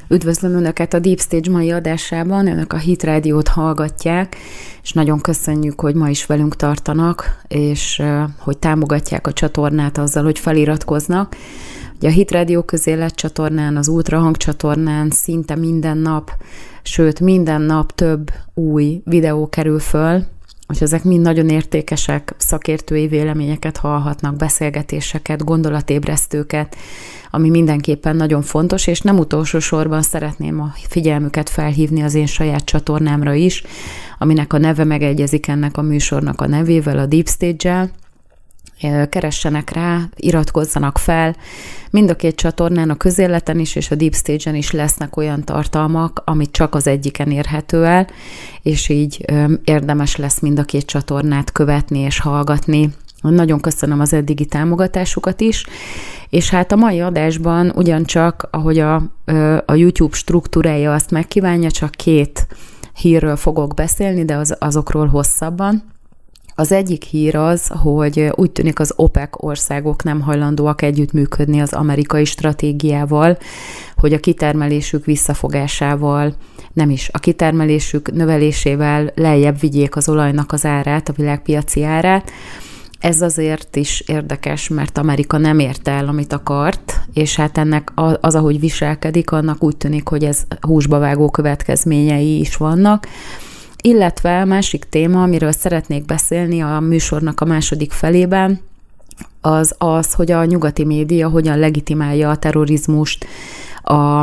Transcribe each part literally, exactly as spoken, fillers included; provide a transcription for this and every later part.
Üdvözlöm Önöket a Deep Stage mai adásában, Önök a Hit Rádiót hallgatják, és nagyon köszönjük, hogy ma is velünk tartanak, és hogy támogatják a csatornát azzal, hogy feliratkoznak. Ugye a Hit Rádió közélet csatornán, az Ultrahang csatornán szinte minden nap, sőt minden nap több új videó kerül föl, és ezek mind nagyon értékesek, szakértői véleményeket hallhatnak, beszélgetéseket, gondolatébresztőket, ami mindenképpen nagyon fontos, és nem utolsó sorban szeretném a figyelmüket felhívni az én saját csatornámra is, aminek a neve megegyezik ennek a műsornak a nevével, a Deep Stage-el. Keressenek rá, iratkozzanak fel. Mind a két csatornán, a közéleten is és a Deep Stage-en is lesznek olyan tartalmak, amit csak az egyiken érhető el, és így érdemes lesz mind a két csatornát követni és hallgatni. Nagyon köszönöm az eddigi támogatásukat is, és hát a mai adásban ugyancsak, ahogy a, a YouTube struktúrája azt megkívánja, csak két hírről fogok beszélni, de az, azokról hosszabban. Az egyik hír az, hogy úgy tűnik az OPEC országok nem hajlandóak együttműködni az amerikai stratégiával, hogy a kitermelésük visszafogásával, nem is, a kitermelésük növelésével lejjebb vigyék az olajnak az árát, a világpiaci árát. Ez azért is érdekes, mert Amerika nem érte el, amit akart, és hát ennek az, ahogy viselkedik, annak úgy tűnik, hogy ez húsba vágó következményei is vannak. Illetve másik téma, amiről szeretnék beszélni a műsornak a második felében, az az, hogy a nyugati média hogyan legitimálja a terrorizmust a,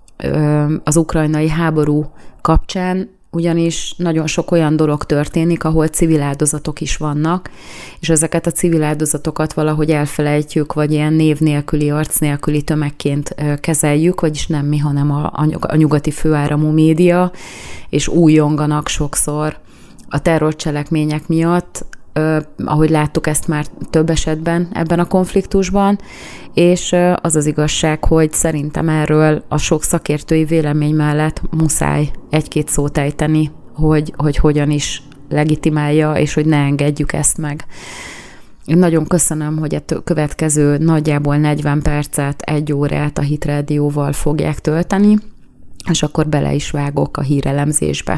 az ukrajnai háború kapcsán, ugyanis nagyon sok olyan dolog történik, ahol civil áldozatok is vannak, és ezeket a civil áldozatokat valahogy elfelejtjük, vagy ilyen név nélküli, arc nélküli tömegként kezeljük, vagyis nem mi, hanem a, a nyugati főáramú média, és újonganak sokszor a terrorcselekmények miatt, ahogy láttuk ezt már több esetben ebben a konfliktusban, és az az igazság, hogy szerintem erről a sok szakértői vélemény mellett muszáj egy-két szót ejteni, hogy, hogy hogyan is legitimálja, és hogy ne engedjük ezt meg. Én nagyon köszönöm, hogy a következő nagyjából negyven percet, egy órát a Hit Rádióval fogják tölteni, és akkor bele is vágok a hírelemzésbe.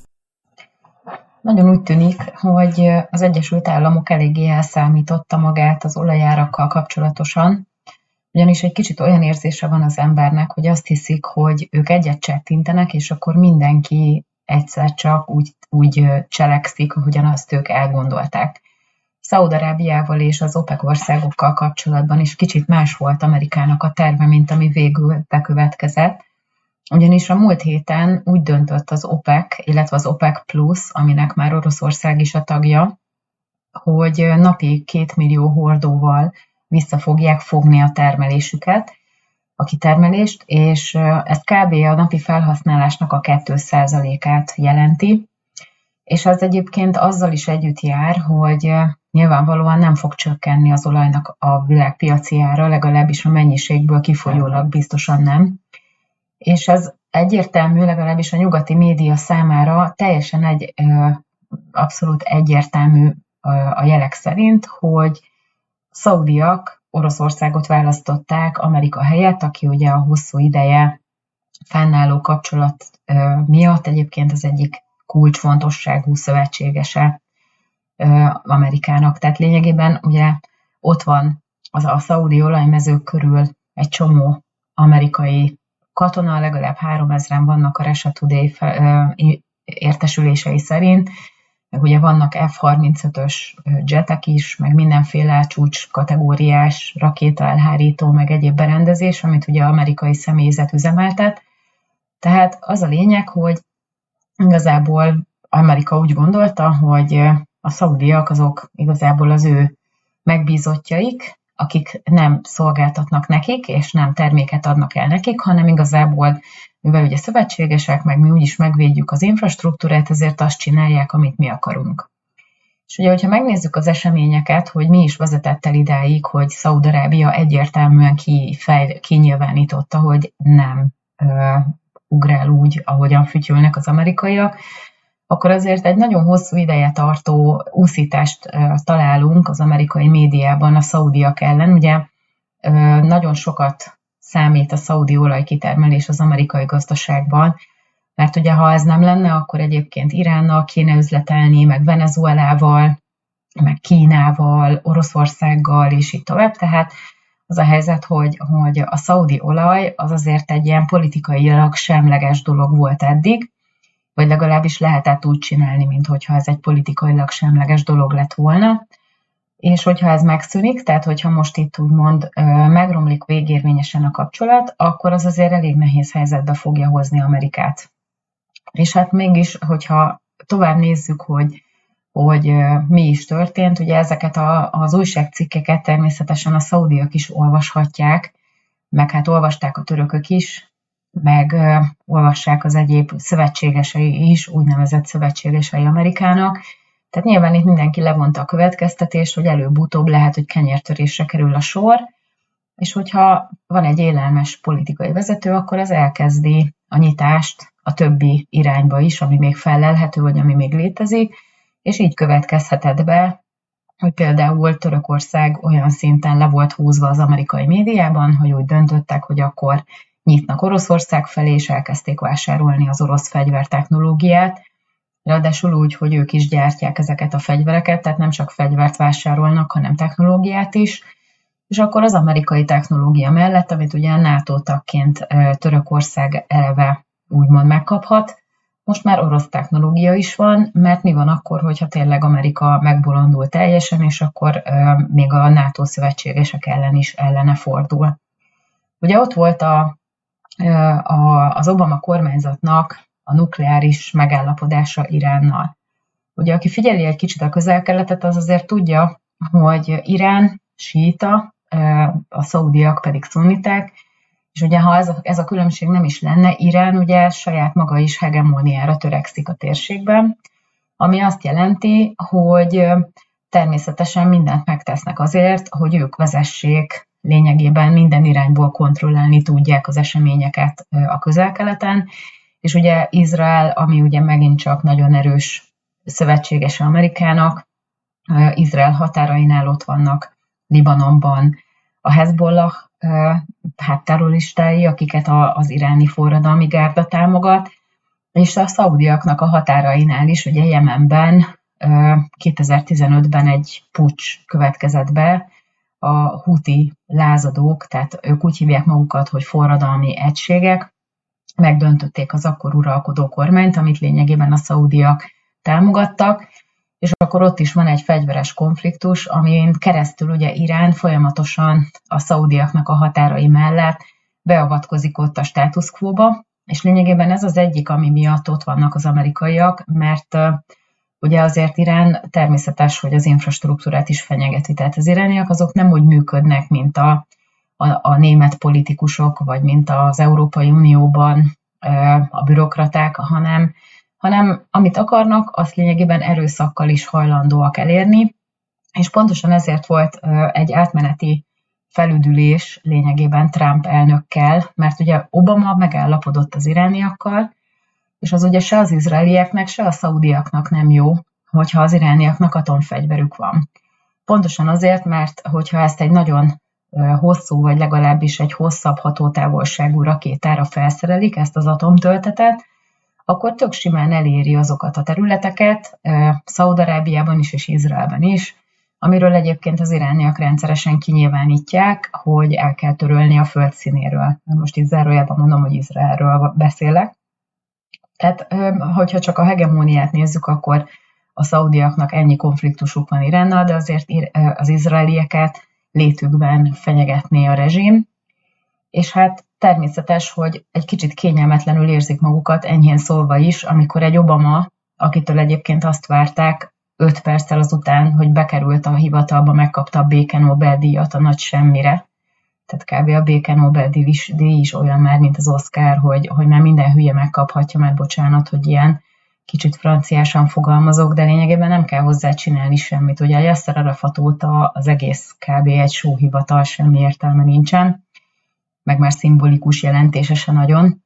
Nagyon úgy tűnik, hogy az Egyesült Államok eléggé elszámította magát az olajárakkal kapcsolatosan, ugyanis egy kicsit olyan érzése van az embernek, hogy azt hiszik, hogy ők egyet csettintenek, és akkor mindenki egyszer csak úgy, úgy cselekszik, ahogyan azt ők elgondolták. Szaúd-Arábiával és az OPEC országokkal kapcsolatban is kicsit más volt Amerikának a terve, mint ami végül bekövetkezett. Ugyanis a múlt héten úgy döntött az OPEC, illetve az OPEC Plus, aminek már Oroszország is a tagja, hogy napi két millió hordóval vissza fogják fogni a termelésüket, a kitermelést, és ez kb. A napi felhasználásnak a két százalékát jelenti, és ez egyébként azzal is együtt jár, hogy nyilvánvalóan nem fog csökkenni az olajnak a világpiaci ára, legalábbis a mennyiségből kifolyólag biztosan nem. És ez egyértelmű, legalábbis a nyugati média számára teljesen egy abszolút egyértelmű a jelek szerint, hogy szaudiak Oroszországot választották Amerika helyett, aki ugye a hosszú ideje fennálló kapcsolat miatt egyébként az egyik kulcsfontosságú szövetségese Amerikának. Tehát lényegében ugye ott van az a szaudi olajmezők körül egy csomó amerikai katona, legalább háromezren vannak a Russia Today értesülései szerint, meg ugye vannak F harmincötös jetek is, meg mindenféle csúcs kategóriás rakétaelhárító, meg egyéb berendezés, amit ugye amerikai személyzet üzemeltet. Tehát az a lényeg, hogy igazából Amerika úgy gondolta, hogy a szaudiak azok igazából az ő megbízottjaik, akik nem szolgáltatnak nekik, és nem terméket adnak el nekik, hanem igazából, mivel ugye szövetségesek, meg mi úgyis megvédjük az infrastruktúrát, ezért azt csinálják, amit mi akarunk. És ugye, hogyha megnézzük az eseményeket, hogy mi is vezetett el idáig, hogy Szaúd-Arábia egyértelműen kifejl, kinyilvánította, hogy nem ö, ugrál úgy, ahogyan fütyülnek az amerikaiak, akkor azért egy nagyon hosszú ideje tartó úszítást találunk az amerikai médiában a szaudiak ellen. Ugye nagyon sokat számít a szaudi olajkitermelés az amerikai gazdaságban, mert ugye ha ez nem lenne, akkor egyébként Iránnal kéne üzletelni, meg Venezuelával, meg Kínával, Oroszországgal, és így tovább. Tehát az a helyzet, hogy, hogy a szaudi olaj az azért egy ilyen politikailag semleges dolog volt eddig, vagy legalábbis lehetett úgy csinálni, mintha ez egy politikailag semleges dolog lett volna. És hogyha ez megszűnik, tehát hogyha most itt úgymond megromlik végérvényesen a kapcsolat, akkor az azért elég nehéz helyzetbe fogja hozni Amerikát. És hát mégis, hogyha tovább nézzük, hogy, hogy mi is történt, ugye ezeket a, az újságcikkeket természetesen a szaudiak is olvashatják, meg hát olvasták a törökök is, meg uh, olvassák az egyéb szövetségesei is, úgynevezett szövetségesei Amerikának. Tehát nyilván itt mindenki levonta a következtetést, hogy előbb-utóbb lehet, hogy kenyértörésre kerül a sor, és hogyha van egy élelmes politikai vezető, akkor az elkezdi a nyitást a többi irányba is, ami még fellelhető, vagy ami még létezik, és így következhetett be, hogy például Törökország olyan szinten le volt húzva az amerikai médiában, hogy úgy döntöttek, hogy akkor nyitnak Oroszország felé, és elkezdték vásárolni az orosz fegyvertechnológiát, ráadásul úgy, hogy ők is gyártják ezeket a fegyvereket, tehát nem csak fegyvert vásárolnak, hanem technológiát is, és akkor az amerikai technológia mellett, amit ugye a NATO tagként Törökország eleve úgymond megkaphat, most már orosz technológia is van, mert mi van akkor, hogyha tényleg Amerika megbolondul teljesen, és akkor még a NATO szövetségesek ellen is ellene fordul. Ugye ott volt a, a, az Obama kormányzatnak a nukleáris megállapodása Iránnal. Ugye aki figyeli egy kicsit a Közel-Keletet, az azért tudja, hogy Irán síita, a szaudiak pedig szunniták, és ugye ha ez a, ez a különbség nem is lenne, Irán ugye saját maga is hegemóniára törekszik a térségben, ami azt jelenti, hogy természetesen mindent megtesznek azért, hogy ők vezessék, lényegében minden irányból kontrollálni tudják az eseményeket a Közel-Keleten, és ugye Izrael, ami ugye megint csak nagyon erős szövetséges Amerikának, Izrael határainál ott vannak Libanonban a Hezbollah hát terroristái, akiket az iráni forradalmi gárda támogat, és a szaudiaknak a határainál is, ugye Jemenben kétezer-tizenötben egy puccs következett be, a huti lázadók, tehát ők úgy hívják magukat, hogy forradalmi egységek, megdöntötték az akkor uralkodó kormányt, amit lényegében a szaudiak támogattak, és akkor ott is van egy fegyveres konfliktus, amin keresztül ugye Irán folyamatosan a szaudiaknak a határai mellett beavatkozik ott a status quo-ba, és lényegében ez az egyik, ami miatt ott vannak az amerikaiak, mert uh, ugye azért Irán természetes, hogy az infrastruktúrát is fenyegeti, tehát az irániak azok nem úgy működnek, mint a, a, a német politikusok, vagy mint az Európai Unióban uh, a bürokraták, hanem hanem amit akarnak, azt lényegében erőszakkal is hajlandóak elérni, és pontosan ezért volt egy átmeneti felüdülés lényegében Trump elnökkel, mert ugye Obama megállapodott az irániakkal, és az ugye se az izraelieknek, se a szaudiaknak nem jó, hogyha az irániaknak atomfegyverük van. Pontosan azért, mert hogyha ezt egy nagyon hosszú, vagy legalábbis egy hosszabb hatótávolságú rakétára felszerelik, ezt az atomtöltetet, akkor tök simán eléri azokat a területeket, Szaúd-Arábiában is és Izraelben is, amiről egyébként az irániak rendszeresen kinyilvánítják, hogy el kell törölni a föld színéről. Most itt zárójában mondom, hogy Izraelről beszélek. Tehát, hogyha csak a hegemóniát nézzük, akkor a szaudiaknak ennyi konfliktusuk van Iránnal, de azért az izraelieket létükben fenyegetné a rezsim, és hát természetes, hogy egy kicsit kényelmetlenül érzik magukat, enyhén szólva is, amikor egy Obama, akitől egyébként azt várták öt perccel azután, hogy bekerült a hivatalba, megkapta a béke Nobel-díjat a nagy semmire. Tehát kb. A béke Nobel-díj is, is olyan már, mint az Oscar, hogy, hogy már minden hülye megkaphatja, mert bocsánat, hogy ilyen kicsit franciásan fogalmazok, de lényegében nem kell hozzá csinálni semmit. Ugye a Yasser Arafat óta az egész kb. Egy sóhivatal, semmi értelme nincsen, meg már szimbolikus jelentése se nagyon.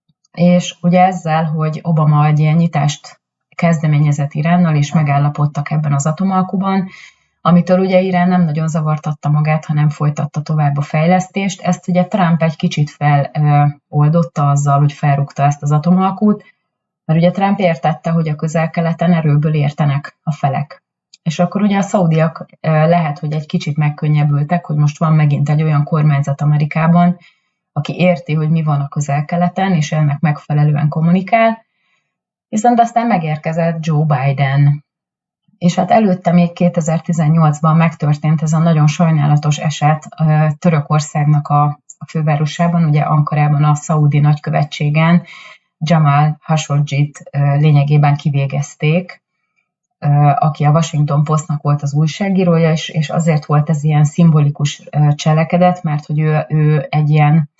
És ugye ezzel, hogy Obama egy ilyen nyitást kezdeményezett Iránnal, és megállapodtak ebben az atomalkuban, amitől ugye Irán nem nagyon zavartatta magát, hanem folytatta tovább a fejlesztést. Ezt ugye Trump egy kicsit feloldotta azzal, hogy felrúgta ezt az atomalkút, mert ugye Trump értette, hogy a Közel-Keleten erőből értenek a felek. És akkor ugye a szaudiak lehet, hogy egy kicsit megkönnyebbültek, hogy most van megint egy olyan kormányzat Amerikában, aki érti, hogy mi van a Közel-Keleten, és ennek megfelelően kommunikál. Viszont aztán megérkezett Joe Biden. És hát előtte még kétezer-tizennyolcban megtörtént ez a nagyon sajnálatos eset Törökországnak a, a fővárosában, ugye Ankarában, a szaudi nagykövetségen Jamal Khashoggit lényegében kivégezték, aki a Washington Postnak volt az újságírója, és, és azért volt ez ilyen szimbolikus cselekedet, mert hogy ő, ő egy ilyen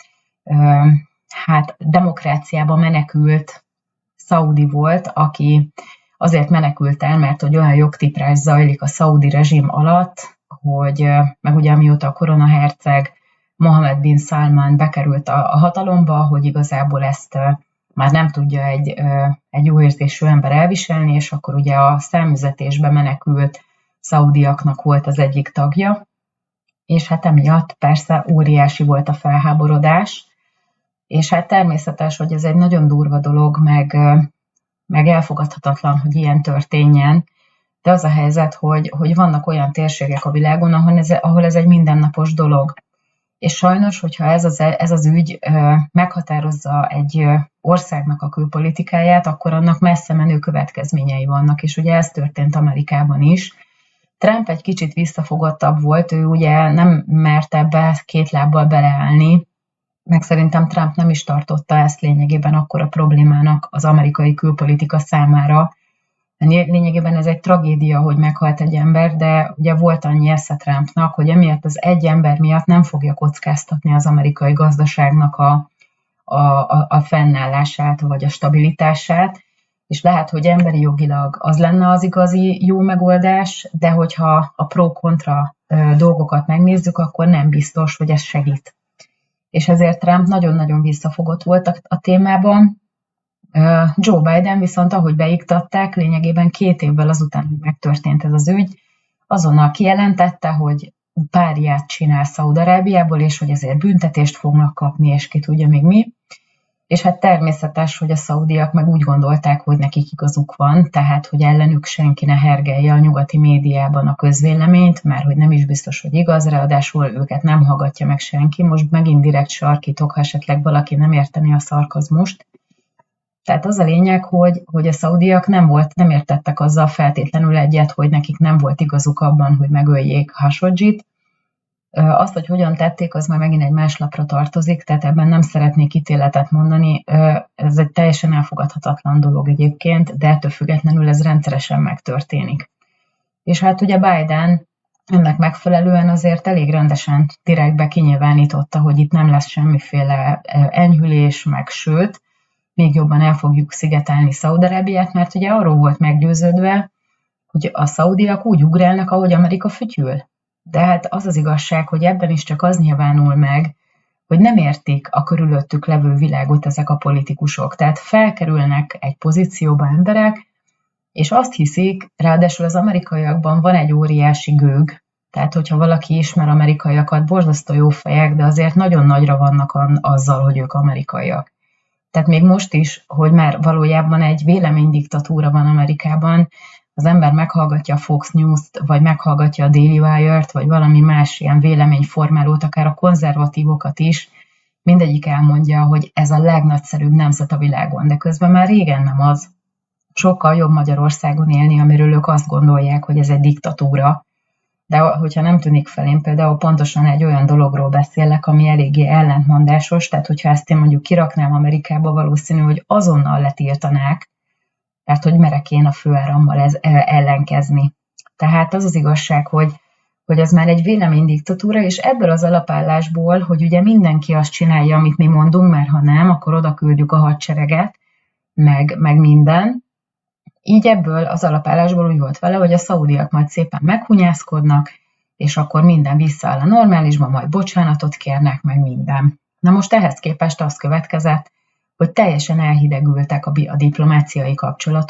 hát demokráciába menekült szaudi volt, aki azért menekült el, mert hogy olyan jogtiprás zajlik a szaudi rezsim alatt, hogy meg ugye amióta a koronaherceg Mohammed bin Salman bekerült a, a hatalomba, hogy igazából ezt már nem tudja egy, egy jó érzésű ember elviselni, és akkor ugye a számüzetésbe menekült szaudiaknak volt az egyik tagja, és hát emiatt persze óriási volt a felháborodás, és hát természetes, hogy ez egy nagyon durva dolog, meg, meg elfogadhatatlan, hogy ilyen történjen, de az a helyzet, hogy, hogy vannak olyan térségek a világon, ahol ez, ahol ez egy mindennapos dolog. És sajnos, hogyha ez az, ez az ügy meghatározza egy országnak a külpolitikáját, akkor annak messze menő következményei vannak, és ugye ez történt Amerikában is. Trump egy kicsit visszafogottabb volt, ő ugye nem mert ebbe két lábbal beleállni, meg szerintem Trump nem is tartotta ezt lényegében akkora problémának az amerikai külpolitika számára. Lényegében ez egy tragédia, hogy meghalt egy ember, de ugye volt annyi esze Trumpnak, hogy emiatt az egy ember miatt nem fogja kockáztatni az amerikai gazdaságnak a, a, a, a fennállását, vagy a stabilitását, és lehet, hogy emberi jogilag az lenne az igazi jó megoldás, de hogyha a pro-kontra dolgokat megnézzük, akkor nem biztos, hogy ez segít. És ezért Trump nagyon-nagyon visszafogott volt a, a témában. Joe Biden viszont, ahogy beiktatták, lényegében két évvel azután, hogy megtörtént ez az ügy, azonnal kijelentette, hogy páriát csinál Szaúd-Arábiából, és hogy ezért büntetést fognak kapni, és ki tudja még mi. És hát természetes, hogy a szaudiak meg úgy gondolták, hogy nekik igazuk van, tehát, hogy ellenük senki ne hergelje a nyugati médiában a közvéleményt, mert hogy nem is biztos, hogy igaz, ráadásul őket nem hallgatja meg senki. Most megint direkt sarkítok, ha esetleg valaki nem érteni a szarkazmust. Tehát az a lényeg, hogy, hogy a szaudiak nem, volt, nem értettek azzal feltétlenül egyet, hogy nekik nem volt igazuk abban, hogy megöljék Khashoggit. Azt, hogy hogyan tették, az már megint egy más lapra tartozik, tehát ebben nem szeretnék ítéletet mondani. Ez egy teljesen elfogadhatatlan dolog egyébként, de ettől függetlenül ez rendszeresen megtörténik. És hát ugye Biden ennek megfelelően azért elég rendesen direktbe kinyilvánította, hogy itt nem lesz semmiféle enyhülés, meg sőt, még jobban el fogjuk szigetelni Szaúd-Arábiát, mert ugye arról volt meggyőződve, hogy a szaudiak úgy ugrálnak, ahogy Amerika fütyül. De hát az az igazság, hogy ebben is csak az nyilvánul meg, hogy nem értik a körülöttük levő világot ezek a politikusok. Tehát felkerülnek egy pozícióba emberek, és azt hiszik, ráadásul az amerikaiakban van egy óriási gőg, tehát hogyha valaki ismer amerikaiakat, borzasztó jó fejek, de azért nagyon nagyra vannak azzal, hogy ők amerikaiak. Tehát még most is, hogy már valójában egy véleménydiktatúra van Amerikában, az ember meghallgatja a Fox News-t, vagy meghallgatja a Daily Wire-t, vagy valami más ilyen véleményformálót, akár a konzervatívokat is, mindegyik elmondja, hogy ez a legnagyszerűbb nemzet a világon, de közben már régen nem az. Sokkal jobb Magyarországon élni, amiről ők azt gondolják, hogy ez egy diktatúra. De hogyha nem tűnik fel, én például pontosan egy olyan dologról beszélek, ami eléggé ellentmondásos, tehát hogyha ezt én mondjuk kiraknám Amerikába, valószínű, hogy azonnal letiltanák, mert hogy merek én a főárammal ez, ellenkezni. Tehát az az igazság, hogy, hogy ez már egy véleménydiktatúra, és ebből az alapállásból, hogy ugye mindenki azt csinálja, amit mi mondunk, mert ha nem, akkor oda küldjük a hadsereget, meg, meg minden. Így ebből az alapállásból úgy volt vele, hogy a szaudiak majd szépen meghunyászkodnak, és akkor minden visszaáll a normálisba, majd bocsánatot kérnek, meg minden. Na most ehhez képest az következett, hogy teljesen elhidegültek a, a diplomáciai kapcsolatok,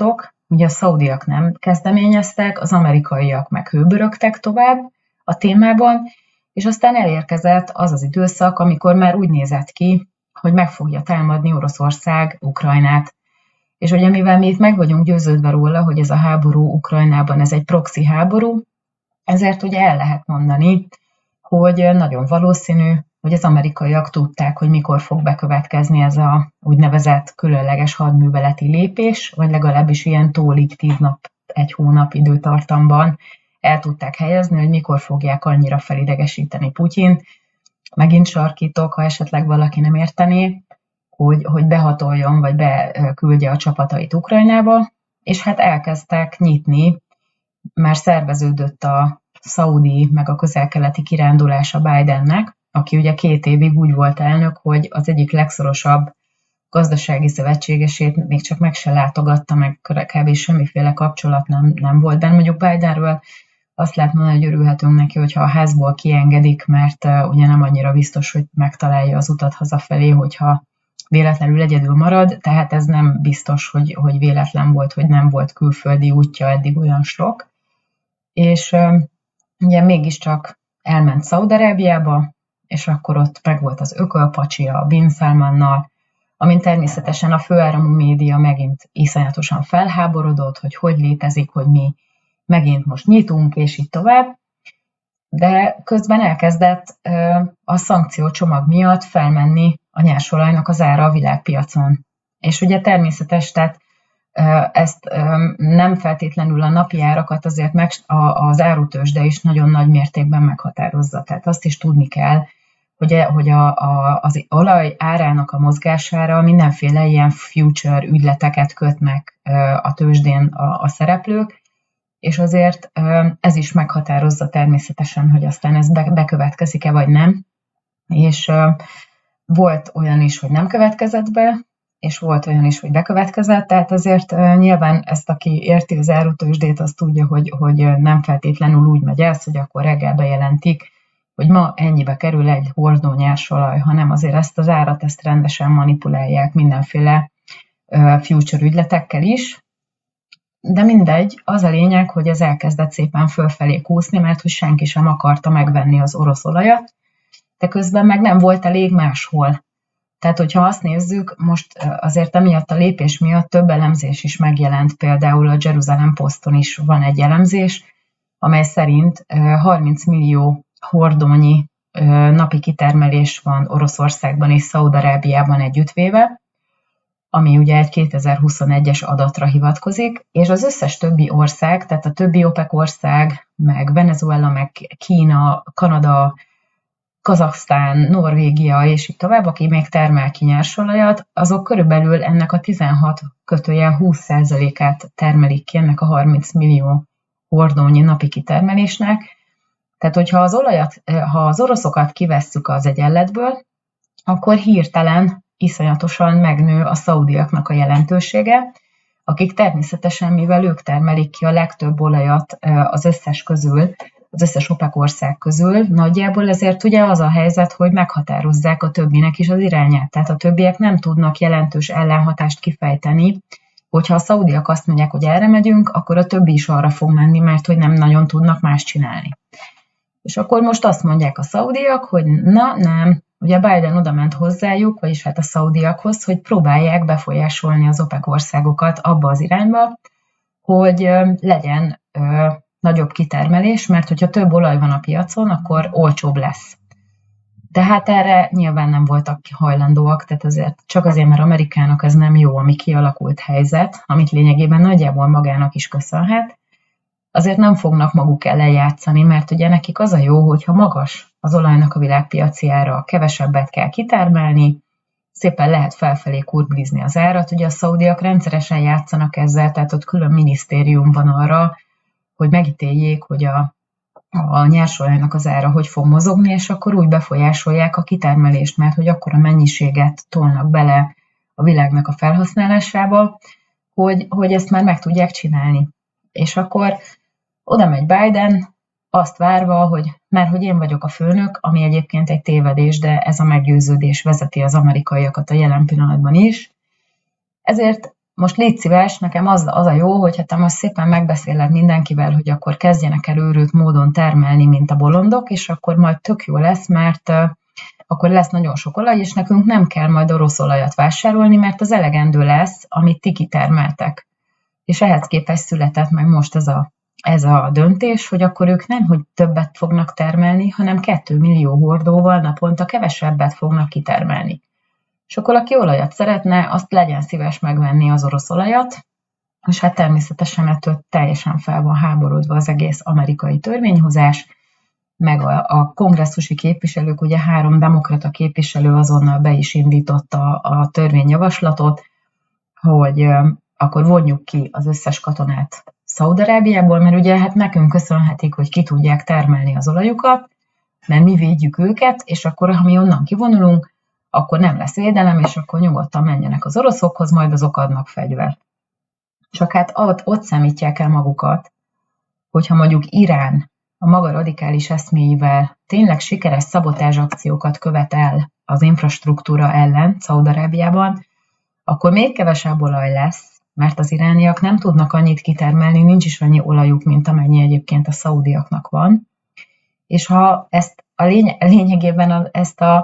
ugye a szaudiak nem kezdeményeztek, az amerikaiak meg hőbörögtek tovább a témában, és aztán elérkezett az az időszak, amikor már úgy nézett ki, hogy meg fogja támadni Oroszország Ukrajnát. És ugye mivel mi itt meg vagyunk győződve róla, hogy ez a háború Ukrajnában ez egy proxy háború, ezért ugye el lehet mondani, hogy nagyon valószínű, hogy az amerikaiak tudták, hogy mikor fog bekövetkezni ez a úgynevezett különleges hadműveleti lépés, vagy legalábbis ilyen tólig tíz nap, egy hónap időtartamban el tudták helyezni, hogy mikor fogják annyira felidegesíteni Putyint. Megint sarkítok, ha esetleg valaki nem értené, hogy, hogy behatoljon, vagy beküldje a csapatait Ukrajnába, és hát elkezdtek nyitni, már szerveződött a szaudi, meg a közel-keleti kirándulása Bidennek, aki ugye két évig úgy volt elnök, hogy az egyik legszorosabb gazdasági szövetségesét még csak meg se látogatta, meg kb. Semmiféle kapcsolat nem, nem volt benne. Mondjuk Bidenről azt lehet mondani, hogy örülhetünk neki, hogyha a házból kiengedik, mert uh, ugye nem annyira biztos, hogy megtalálja az utat hazafelé, hogyha véletlenül egyedül marad, tehát ez nem biztos, hogy, hogy véletlen volt, hogy nem volt külföldi útja eddig olyan sok. És uh, ugye mégiscsak elment Szaúd-Arábiába, és akkor ott meg volt az ökölpacsia a Bin Salmannal, amin természetesen a főáramú média megint iszonyatosan felháborodott, hogy hogy létezik, hogy mi megint most nyitunk, és így tovább. De közben elkezdett a szankciócsomag miatt felmenni a nyersolajnak az ára a világpiacon. És ugye természetes, tehát ezt nem feltétlenül a napi árakat azért meg, az árutőzsde is nagyon nagy mértékben meghatározza. Tehát azt is tudni kell, hogy, hogy a, a, az olaj árának a mozgására mindenféle ilyen future ügyleteket kötnek a tőzsdén a, a szereplők, és azért ez is meghatározza természetesen, hogy aztán ez bekövetkezik-e vagy nem. És volt olyan is, hogy nem következett be, és volt olyan is, hogy bekövetkezett, tehát azért nyilván ezt, aki érti az árutőzsdét, az tudja, hogy, hogy nem feltétlenül úgy megy ez, hogy akkor reggel bejelentik, hogy ma ennyibe kerül egy hordó nyersolaj, hanem azért ezt az árat ezt rendesen manipulálják mindenféle future ügyletekkel is. De mindegy, az a lényeg, hogy ez elkezdett szépen fölfelé kúszni, mert hogy senki sem akarta megvenni az orosz olajat, de közben meg nem volt elég máshol. Tehát, hogyha azt nézzük, most azért emiatt a lépés miatt több elemzés is megjelent, például a Jerusalem Poston is van egy elemzés, amely szerint harminc millió hordónyi napi kitermelés van Oroszországban és Szaúd-Arábiában együttvéve, ami ugye egy kétezer-huszonegyes adatra hivatkozik, és az összes többi ország, tehát a többi OPEC ország, meg Venezuela, meg Kína, Kanada, Kazaksztán, Norvégia, és így tovább, aki még termel ki nyersolajat, azok körülbelül ennek a tizenhat kötőjel húsz százalékát termelik ki ennek a harminc millió hordónyi napi kitermelésnek. Tehát, hogyha az olajat, ha az oroszokat kivesszük az egyenletből, akkor hirtelen iszonyatosan megnő a szaudiaknak a jelentősége, akik természetesen, mivel ők termelik ki a legtöbb olajat az összes közül, az összes OPEC ország közül, nagyjából ezért ugye az a helyzet, hogy meghatározzák a többinek is az irányát. Tehát a többiek nem tudnak jelentős ellenhatást kifejteni, hogyha a szaudiak azt mondják, hogy erre megyünk, akkor a többi is arra fog menni, mert hogy nem nagyon tudnak más csinálni. És akkor most azt mondják a szaudiak, hogy na nem, ugye Biden oda ment hozzájuk, vagyis hát a szaudiakhoz, hogy próbálják befolyásolni az OPEC országokat abba az irányba, hogy legyen nagyobb kitermelés, mert hogyha több olaj van a piacon, akkor olcsóbb lesz. De hát erre nyilván nem voltak hajlandóak, tehát azért csak azért, mert Amerikának ez nem jó, ami kialakult helyzet, amit lényegében nagyjából magának is köszönhet, azért nem fognak maguk ellen játszani, mert ugye nekik az a jó, hogyha magas az olajnak a világpiaci ára, kevesebbet kell kitermelni, szépen lehet felfelé kurblizni az árat. Ugye a szaudiak rendszeresen játszanak ezzel, tehát ott külön minisztérium van arra, hogy megítéljék, hogy a, a nyersolajnak az ára hogy fog mozogni, és akkor úgy befolyásolják a kitermelést, mert hogy akkor a mennyiséget tolnak bele a világnak a felhasználásába, hogy, hogy ezt már meg tudják csinálni. És akkor oda megy Biden, azt várva, hogy mert hogy én vagyok a főnök, ami egyébként egy tévedés, de ez a meggyőződés vezeti az amerikaiakat a jelen pillanatban is. Ezért most légy szíves, nekem az, az a jó, hogyha te most szépen megbeszéled mindenkivel, hogy akkor kezdjenek el őrült módon termelni, mint a bolondok, és akkor majd tök jó lesz, mert uh, akkor lesz nagyon sok olaj, és nekünk nem kell majd orosz olajat vásárolni, mert az elegendő lesz, amit ti kitermeltek. És ehhez képest született meg most ez a, ez a döntés, hogy akkor ők nem, hogy többet fognak termelni, hanem kettő millió hordóval naponta kevesebbet fognak kitermelni. És akkor aki olajat szeretne, azt legyen szíves megvenni az orosz olajat, és hát természetesen ettől teljesen fel van háborodva az egész amerikai törvényhozás, meg a, a kongresszusi képviselők, ugye három demokrata képviselő azonnal be is indította a törvényjavaslatot, hogy akkor vonjuk ki az összes katonát Szaúd-Arábiából, mert ugye hát nekünk köszönhetik, hogy ki tudják termelni az olajukat, mert mi védjük őket, és akkor, ha mi onnan kivonulunk, akkor nem lesz védelem, és akkor nyugodtan menjenek az oroszokhoz, majd azok adnak fegyvert. Csak hát ott, ott számítják el magukat, hogyha mondjuk Irán a maga radikális eszméivel tényleg sikeres szabotázsakciókat követ el az infrastruktúra ellen Szaúd-Arábiában, akkor még kevesebb olaj lesz, mert az irániak nem tudnak annyit kitermelni, nincs is annyi olajuk, mint amennyi egyébként a szaudiaknak van. És ha ezt a lény- lényegében a, ezt a,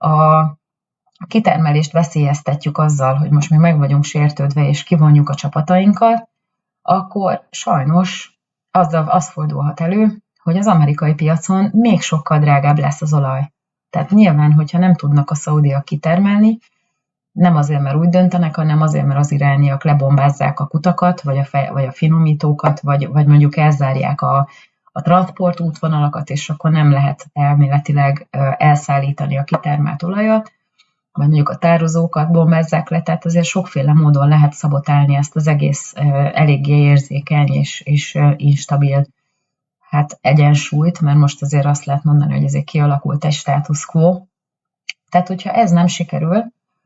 a kitermelést veszélyeztetjük azzal, hogy most mi meg vagyunk sértődve és kivonjuk a csapatainkat, akkor sajnos az, az fordulhat elő, hogy az amerikai piacon még sokkal drágább lesz az olaj. Tehát nyilván, hogyha nem tudnak a szaudiak kitermelni, nem azért, mert úgy döntenek, hanem azért, mert az irániak lebombázzák a kutakat, vagy a, fej, vagy a finomítókat, vagy, vagy mondjuk elzárják a, a transport útvonalakat, és akkor nem lehet elméletileg elszállítani a kitermelt olajat, vagy mondjuk a tározókat bombázzák le, tehát azért sokféle módon lehet szabotálni ezt az egész eléggé érzékeny és, és instabil hát egyensúlyt, mert most azért azt lehet mondani, hogy ezért kialakult egy status quo. Tehát, hogyha ez nem sikerül,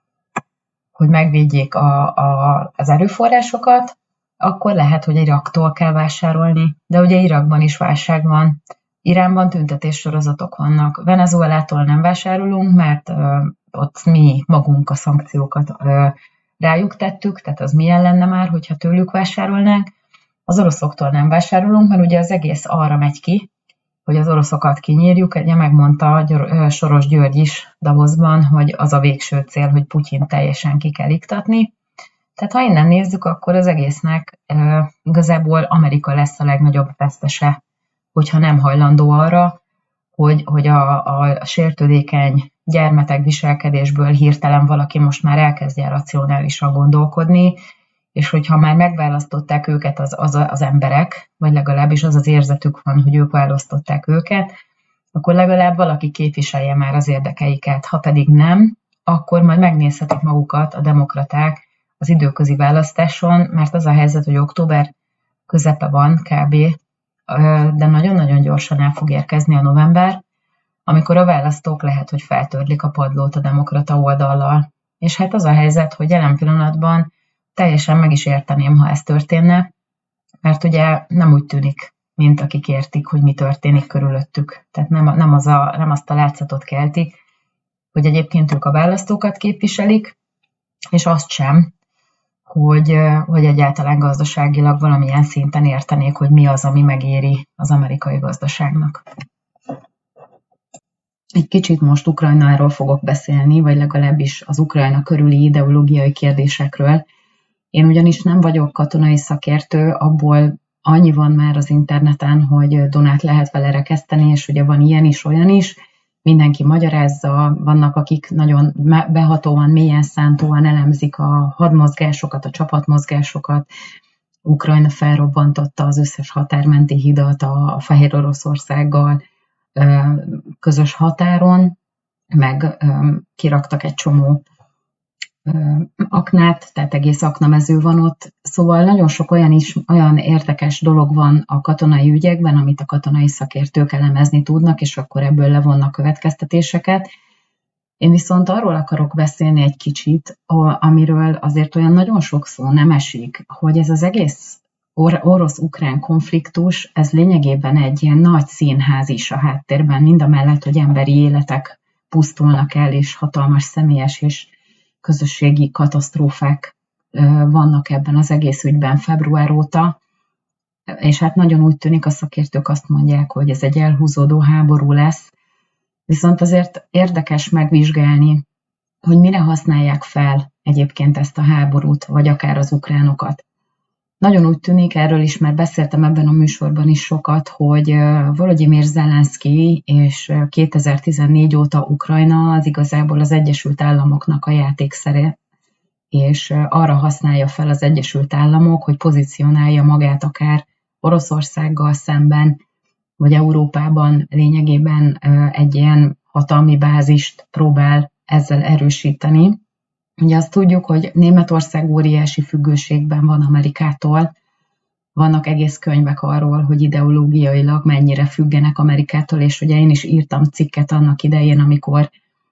hogy megvédjék a, a, az erőforrásokat, akkor lehet, hogy Iraktól kell vásárolni, de ugye Irakban is válság van, Iránban tüntetéssorozatok vannak, Venezuelától nem vásárolunk, mert ö, ott mi magunk a szankciókat ö, rájuk tettük, tehát az milyen lenne már, hogyha tőlük vásárolnánk. Az oroszoktól nem vásárolunk, mert ugye az egész arra megy ki, hogy az oroszokat kinyírjuk. Ugye megmondta Soros György is Davosban, hogy az a végső cél, hogy Putyin teljesen ki kell iktatni. Tehát ha innen nézzük, akkor az egésznek e, igazából Amerika lesz a legnagyobb vesztese, hogyha nem hajlandó arra, hogy, hogy a, a sértődékeny gyermetek viselkedésből hirtelen valaki most már elkezdje racionálisan gondolkodni, és hogyha már megválasztották őket az, az, az emberek, vagy legalábbis az az érzetük van, hogy ők választották őket, akkor legalább valaki képviselje már az érdekeiket. Ha pedig nem, akkor majd megnézhetik magukat a demokraták az időközi választáson, mert az a helyzet, hogy október közepe van kb., de nagyon-nagyon gyorsan el fog érkezni a november, amikor a választók lehet, hogy feltörlik a padlót a demokrata oldallal. És hát az a helyzet, hogy jelen pillanatban teljesen meg is érteném, ha ez történne, mert ugye nem úgy tűnik, mint akik értik, hogy mi történik körülöttük. Tehát nem, nem, az a, nem azt a látszatot keltik, hogy egyébként ők a választókat képviselik, és azt sem, hogy, hogy egyáltalán gazdaságilag valamilyen szinten értenék, hogy mi az, ami megéri az amerikai gazdaságnak. Egy kicsit most Ukrajnáról fogok beszélni, vagy legalábbis az Ukrajna körüli ideológiai kérdésekről. Én ugyanis nem vagyok katonai szakértő, abból annyi van már az interneten, hogy Donát lehet vele rekeszteni, és ugye van ilyen is, olyan is. Mindenki magyarázza, vannak, akik nagyon behatóan, mélyen szántóan elemzik a hadmozgásokat, a csapatmozgásokat. Ukrajna felrobbantotta az összes határmenti hidat a Fehér Oroszországgal közös határon, meg kiraktak egy csomó aknát, tehát egész aknamező van ott. Szóval nagyon sok olyan is, olyan érdekes dolog van a katonai ügyekben, amit a katonai szakértők elemezni tudnak, és akkor ebből levonnak következtetéseket. Én viszont arról akarok beszélni egy kicsit, amiről azért olyan nagyon sok szó nem esik, hogy ez az egész or- orosz-ukrán konfliktus, ez lényegében egy ilyen nagy színház is a háttérben, mind a mellett, hogy emberi életek pusztulnak el, és hatalmas személyes és közösségi katasztrófák vannak ebben az egész ügyben február óta, és hát nagyon úgy tűnik, a szakértők azt mondják, hogy ez egy elhúzódó háború lesz, viszont azért érdekes megvizsgálni, hogy mire használják fel egyébként ezt a háborút, vagy akár az ukránokat. Nagyon úgy tűnik, erről is már beszéltem ebben a műsorban is sokat, hogy Volodymyr Zelenszky és kétezer-tizennégy óta Ukrajna az igazából az Egyesült Államoknak a játékszere, és arra használja fel az Egyesült Államok, hogy pozícionálja magát akár Oroszországgal szemben, vagy Európában lényegében egy ilyen hatalmi bázist próbál ezzel erősíteni. Ugye azt tudjuk, hogy Németország óriási függőségben van Amerikától, vannak egész könyvek arról, hogy ideológiailag mennyire függenek Amerikától, és ugye én is írtam cikket annak idején, amikor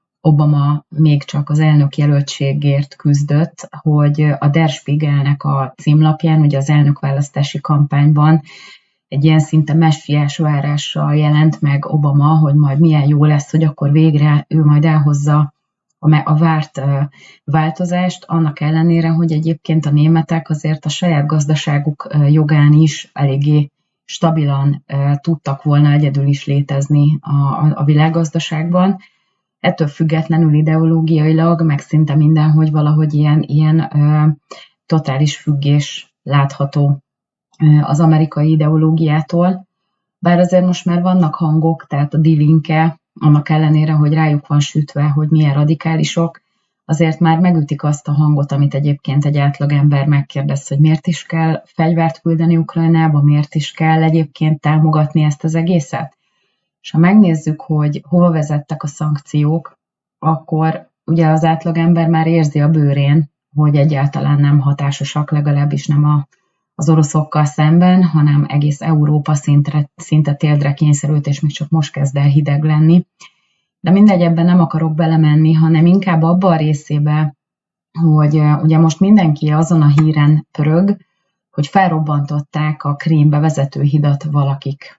Obama még csak az elnökjelöltségért küzdött, hogy a Der Spiegelnek a címlapján, ugye az elnökválasztási kampányban egy ilyen szinte messiás várással jelent meg Obama, hogy majd milyen jó lesz, hogy akkor végre ő majd elhozza a várt változást, annak ellenére, hogy egyébként a németek azért a saját gazdaságuk jogán is eléggé stabilan tudtak volna egyedül is létezni a, a világgazdaságban. Ettől függetlenül ideológiailag, meg szinte mindenhogy valahogy ilyen, ilyen ö, totális függés látható ö, az amerikai ideológiától. Bár azért most már vannak hangok, tehát a Die Linke, annak ellenére, hogy rájuk van sütve, hogy milyen radikálisok, azért már megütik azt a hangot, amit egyébként egy átlagember megkérdez, hogy miért is kell fegyvert küldeni Ukrajnába, miért is kell egyébként támogatni ezt az egészet. És ha megnézzük, hogy hova vezettek a szankciók, akkor ugye az átlagember már érzi a bőrén, hogy egyáltalán nem hatásosak, legalábbis nem a, az oroszokkal szemben, hanem egész Európa szintre, szinte térdre kényszerült, és még csak most kezd el hideg lenni. De mindegy, ebben nem akarok belemenni, hanem inkább abba a részébe, hogy ugye most mindenki azon a híren pörög, hogy felrobbantották a Krímbe vezető hidat valakik.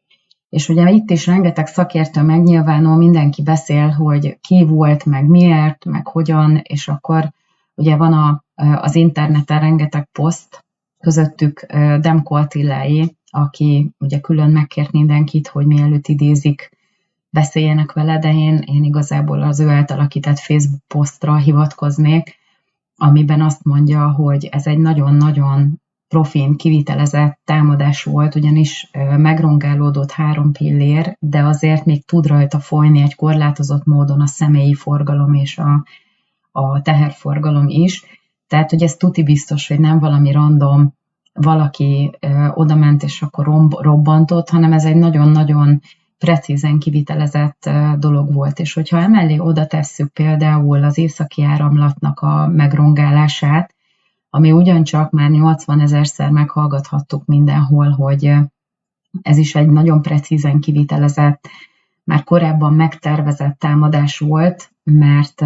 És ugye itt is rengeteg szakértő megnyilvánul, mindenki beszél, hogy ki volt, meg miért, meg hogyan, és akkor ugye van a, az interneten rengeteg poszt, közöttük Demko Attiláé, aki ugye külön megkért mindenkit, hogy mielőtt idézik, beszéljenek vele, de én, én igazából az ő átalakított Facebook posztra hivatkoznék, amiben azt mondja, hogy ez egy nagyon-nagyon profin kivitelezett támadás volt, ugyanis megrongálódott három pillér, de azért még tud rajta folyni egy korlátozott módon a személyi forgalom és a, a teherforgalom is. Tehát, hogy ez tuti biztos, hogy nem valami random, valaki ö, odament és akkor romb, robbantott, hanem ez egy nagyon-nagyon precízen kivitelezett ö, dolog volt. És hogyha emellé oda tesszük például az északi áramlatnak a megrongálását, ami ugyancsak már nyolcvanezerszer meghallgathattuk mindenhol, hogy ez is egy nagyon precízen kivitelezett, már korábban megtervezett támadás volt, mert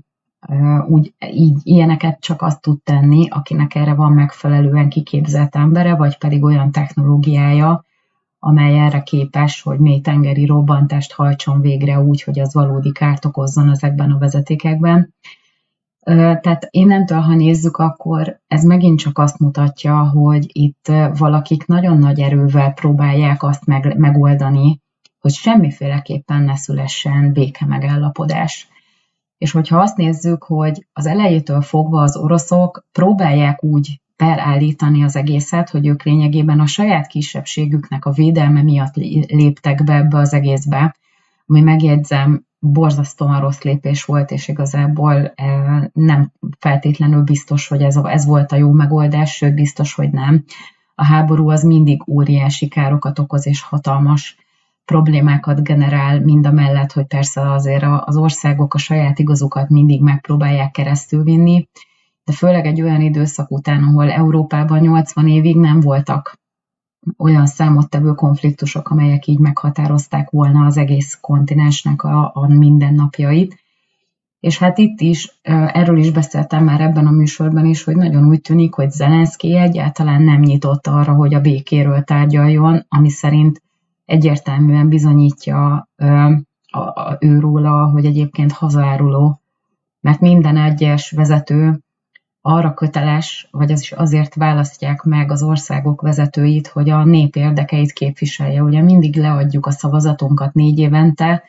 úgy, így, ilyeneket csak azt tud tenni, akinek erre van megfelelően kiképzett embere, vagy pedig olyan technológiája, amely erre képes, hogy mélytengeri robbantást hajtson végre úgy, hogy az valódi kárt okozzon ezekben a vezetékekben. Tehát innentől, ha nézzük, akkor ez megint csak azt mutatja, hogy itt valakik nagyon nagy erővel próbálják azt meg, megoldani, hogy semmiféleképpen ne szülessen béke megállapodás. És hogyha azt nézzük, hogy az elejétől fogva az oroszok próbálják úgy felállítani az egészet, hogy ők lényegében a saját kisebbségüknek a védelme miatt léptek be ebbe az egészbe, ami megjegyzem, borzasztóan rossz lépés volt, és igazából nem feltétlenül biztos, hogy ez, ez volt a jó megoldás, sőt biztos, hogy nem. A háború az mindig óriási károkat okoz, és hatalmas problémákat generál, mind a mellett, hogy persze azért az országok a saját igazukat mindig megpróbálják keresztülvinni, de főleg egy olyan időszak után, ahol Európában nyolcvan évig nem voltak olyan számottevő konfliktusok, amelyek így meghatározták volna az egész kontinensnek a, a mindennapjait. És hát itt is, erről is beszéltem már ebben a műsorban is, hogy nagyon úgy tűnik, hogy Zelenszky egyáltalán nem nyitott arra, hogy a békéről tárgyaljon, ami szerint egyértelműen bizonyítja őróla, hogy egyébként hazaáruló, mert minden egyes vezető arra köteles, vagy az is azért választják meg az országok vezetőit, hogy a nép érdekeit képviselje. Ugye mindig leadjuk a szavazatunkat négy évente,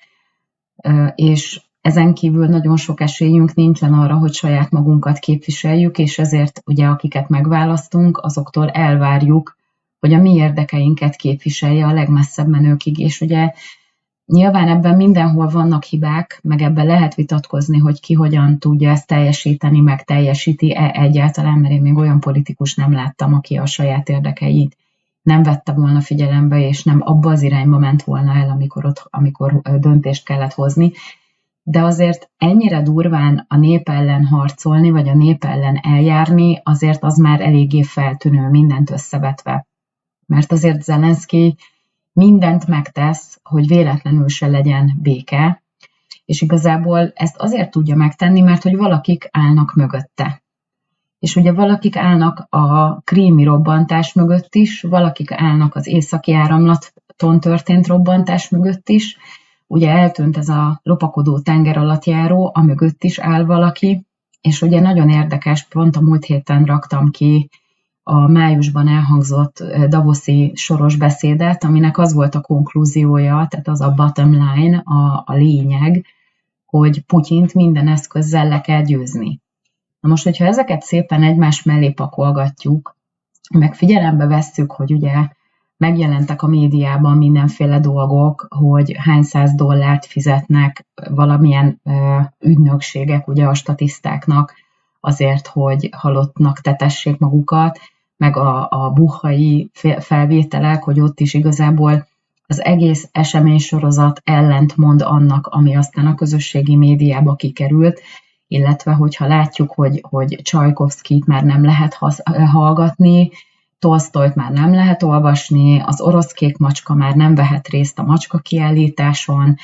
és ezen kívül nagyon sok esélyünk nincsen arra, hogy saját magunkat képviseljük, és ezért ugye akiket megválasztunk, azoktól elvárjuk, hogy a mi érdekeinket képviselje a legmesszebb menőkig, és ugye nyilván ebben mindenhol vannak hibák, meg ebben lehet vitatkozni, hogy ki hogyan tudja ezt teljesíteni, meg teljesíti-e egyáltalán, mert én még olyan politikus nem láttam, aki a saját érdekeit nem vette volna figyelembe, és nem abba az irányba ment volna el, amikor, ott, amikor döntést kellett hozni. De azért ennyire durván a nép ellen harcolni, vagy a nép ellen eljárni, azért az már eléggé feltűnő, mindent összevetve. Mert azért Zelenszky mindent megtesz, hogy véletlenül se legyen béke, és igazából ezt azért tudja megtenni, mert hogy valakik állnak mögötte. És ugye valakik állnak a krími robbantás mögött is, valakik állnak az északi áramlaton történt robbantás mögött is, ugye eltűnt ez a lopakodó tengeralattjáró, a mögött is áll valaki, és ugye nagyon érdekes, pont a múlt héten raktam ki a májusban elhangzott davoszi soros beszédet, aminek az volt a konklúziója, tehát az a bottom line, a, a lényeg, hogy Putyint minden eszközzel le kell győzni. Na most, hogyha ezeket szépen egymás mellé pakolgatjuk, meg figyelembe vesszük, hogy ugye megjelentek a médiában mindenféle dolgok, hogy hány száz dollárt fizetnek valamilyen ö, ügynökségek ugye a statisztáknak azért, hogy halottnak tetessék magukat, meg a, a buhai felvételek, hogy ott is igazából az egész eseménysorozat ellentmond annak, ami aztán a közösségi médiába kikerült, illetve hogyha látjuk, hogy, hogy Csajkovszkit már nem lehet hasz, hallgatni, Tolsztojt már nem lehet olvasni, az orosz kék macska már nem vehet részt a macska kiállításon,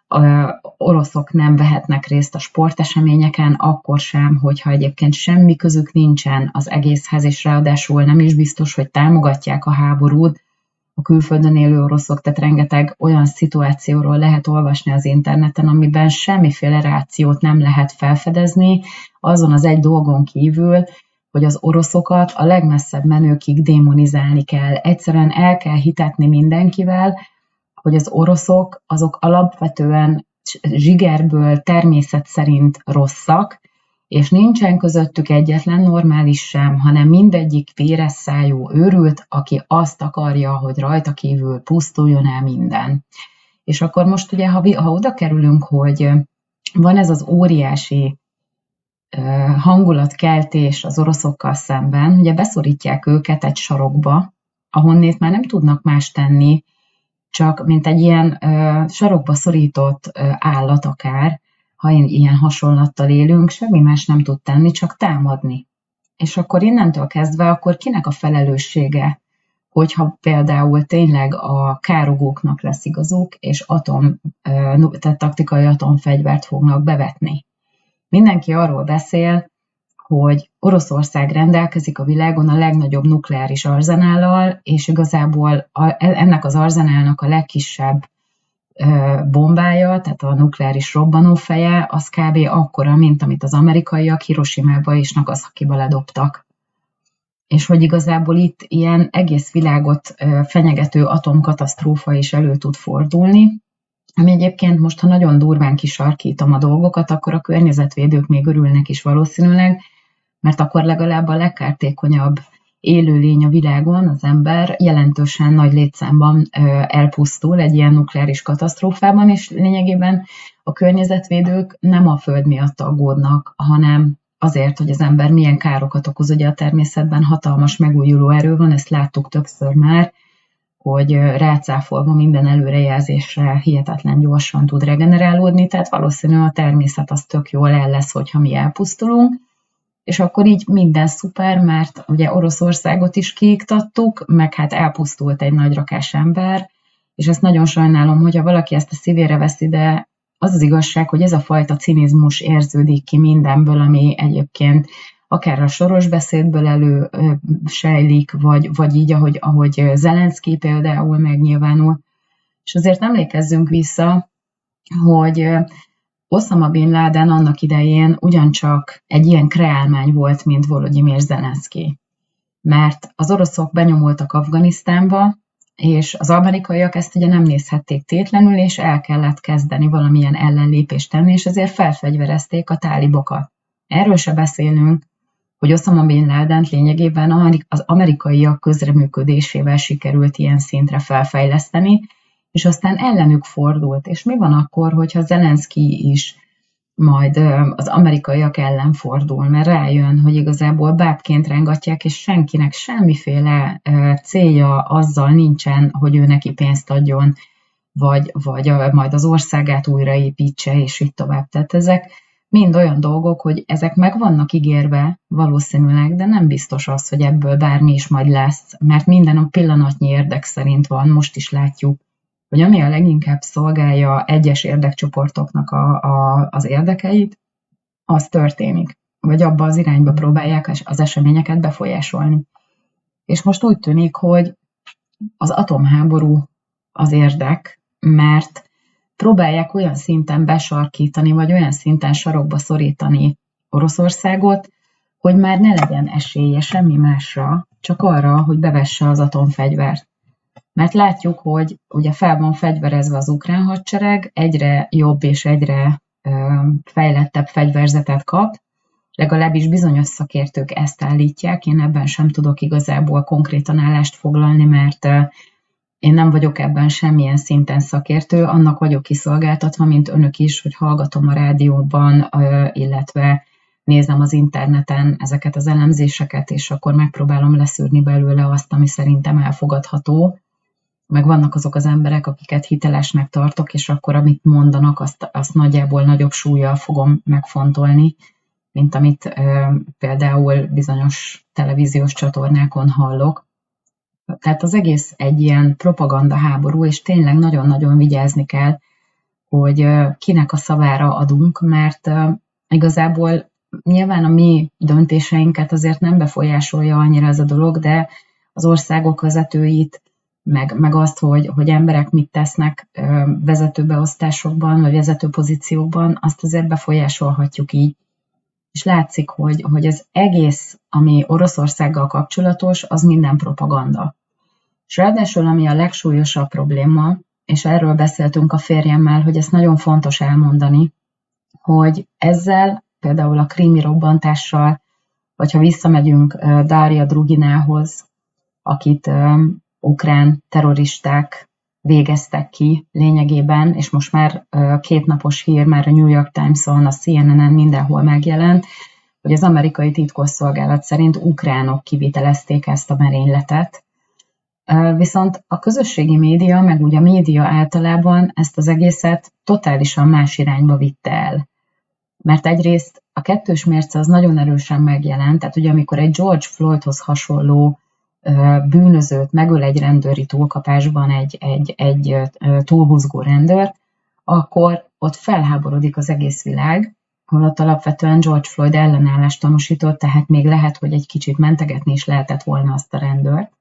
oroszok nem vehetnek részt a sporteseményeken, akkor sem, hogyha egyébként semmi közük nincsen az egészhez, és ráadásul nem is biztos, hogy támogatják a háborút, a külföldön élő oroszok, tehát rengeteg olyan szituációról lehet olvasni az interneten, amiben semmiféle reakciót nem lehet felfedezni, azon az egy dolgon kívül, hogy az oroszokat a legmesszebb menőkig démonizálni kell. Egyszerűen el kell hitetni mindenkivel, hogy az oroszok azok alapvetően zsigerből, természet szerint rosszak, és nincsen közöttük egyetlen normális sem, hanem mindegyik véres szájú őrült, aki azt akarja, hogy rajta kívül pusztuljon el minden. És akkor most ugye, ha, ha oda kerülünk, hogy van ez az óriási hangulatkeltés az oroszokkal szemben, ugye beszorítják őket egy sarokba, ahonnét már nem tudnak más tenni, csak mint egy ilyen ö, sarokba szorított ö, állat akár, ha ilyen hasonlattal élünk, semmi más nem tud tenni, csak támadni. És akkor innentől kezdve, akkor kinek a felelőssége, hogyha például tényleg a károgóknak lesz igazuk, és atom, ö, tehát taktikai atomfegyvert fognak bevetni. Mindenki arról beszél, hogy Oroszország rendelkezik a világon a legnagyobb nukleáris arzenállal, és igazából a, ennek az arzenálnak a legkisebb ö, bombája, tehát a nukleáris robbanófeje, az kb. Akkora, mint amit az amerikaiak Hiroshimába és Nagasakiba ledobtak. És hogy igazából itt ilyen egész világot ö, fenyegető atomkatasztrófa is elő tud fordulni, ami egyébként most, ha nagyon durván kisarkítom a dolgokat, akkor a környezetvédők még örülnek is valószínűleg, mert akkor legalább a legkártékonyabb élőlény a világon, az ember jelentősen nagy létszámban elpusztul egy ilyen nukleáris katasztrófában, és lényegében a környezetvédők nem a Föld miatt aggódnak, hanem azért, hogy az ember milyen károkat okoz. Ugye a természetben hatalmas megújuló erő van, ezt láttuk többször már, hogy rácáfolva minden előrejelzésre hihetetlen gyorsan tud regenerálódni, tehát valószínű a természet az tök jól el lesz, hogyha mi elpusztulunk, és akkor így minden szuper, mert ugye Oroszországot is kiiktattuk, meg hát elpusztult egy nagy rakás ember, és ezt nagyon sajnálom, hogyha valaki ezt a szívére veszi, de az az igazság, hogy ez a fajta cinizmus érződik ki mindenből, ami egyébként akár a soros beszédből elő sejlik, vagy, vagy így, ahogy, ahogy Zelenszky például megnyilvánul. És azért emlékezzünk vissza, hogy Oszama Bin Laden annak idején ugyancsak egy ilyen kreálmány volt, mint Volodymyr Zelenszkij. Mert az oroszok benyomultak Afganisztánba, és az amerikaiak ezt ugye nem nézhették tétlenül, és el kellett kezdeni valamilyen ellenlépést tenni, és ezért felfegyverezték a tálibokat. Erről se beszélünk, hogy Oszama Bin Ladent lényegében az amerikaiak közreműködésével sikerült ilyen szintre felfejleszteni, és aztán ellenük fordult. És mi van akkor, hogyha Zelenszkij is majd az amerikaiak ellen fordul, mert rájön, hogy igazából bábként rángatják, és senkinek semmiféle célja azzal nincsen, hogy ő neki pénzt adjon, vagy, vagy majd az országát újraépítse, és így tovább. Tehát ezek mind olyan dolgok, hogy ezek meg vannak ígérve valószínűleg, de nem biztos az, hogy ebből bármi is majd lesz, mert minden a pillanatnyi érdek szerint van, most is látjuk, hogy ami a leginkább szolgálja egyes érdekcsoportoknak a, a, az érdekeit, az történik. Vagy abba az irányba próbálják az eseményeket befolyásolni. És most úgy tűnik, hogy az atomháború az érdek, mert próbálják olyan szinten besarkítani, vagy olyan szinten sarokba szorítani Oroszországot, hogy már ne legyen esélye semmi másra, csak arra, hogy bevesse az atomfegyvert. Mert látjuk, hogy ugye fel van fegyverezve az ukrán hadsereg, egyre jobb és egyre ö, fejlettebb fegyverzetet kap, legalábbis bizonyos szakértők ezt állítják, én ebben sem tudok igazából konkrétan állást foglalni, mert ö, én nem vagyok ebben semmilyen szinten szakértő, annak vagyok kiszolgáltatva, mint önök is, hogy hallgatom a rádióban, ö, illetve nézem az interneten ezeket az elemzéseket, és akkor megpróbálom leszűrni belőle azt, ami szerintem elfogadható, meg vannak azok az emberek, akiket hitelesnek tartok, és akkor amit mondanak, azt, azt nagyjából nagyobb súllyal fogom megfontolni, mint amit ö, például bizonyos televíziós csatornákon hallok. Tehát az egész egy ilyen propaganda háború, és tényleg nagyon-nagyon vigyázni kell, hogy ö, kinek a szavára adunk, mert ö, igazából nyilván a mi döntéseinket azért nem befolyásolja annyira ez a dolog, de az országok vezetőit, meg, meg azt, hogy, hogy emberek mit tesznek vezetőbeosztásokban, vagy vezető pozíciókban, azt azért befolyásolhatjuk így. És látszik, hogy, hogy az egész, ami Oroszországgal kapcsolatos, az minden propaganda. És ráadásul, ami a legsúlyosabb probléma, és erről beszéltünk a férjemmel, hogy ezt nagyon fontos elmondani, hogy ezzel például a krími robbantással, vagy ha visszamegyünk Darja Druginához, akit ukrán terroristák végeztek ki lényegében, és most már kétnapos hír, már a New York Times-on, a C N N-en mindenhol megjelent, hogy az amerikai titkosszolgálat szerint ukránok kivitelezték ezt a merényletet. Viszont a közösségi média, meg ugye a média általában ezt az egészet totálisan más irányba vitte el. Mert egyrészt a kettős mérce az nagyon erősen megjelent, tehát ugye amikor egy George Floydhoz hasonló bűnözőt megöl egy rendőri túlkapásban egy, egy, egy túlbuzgó rendőr, akkor ott felháborodik az egész világ, holott alapvetően George Floyd ellenállást tanúsított, tehát még lehet, hogy egy kicsit mentegetni is lehetett volna azt a rendőrt.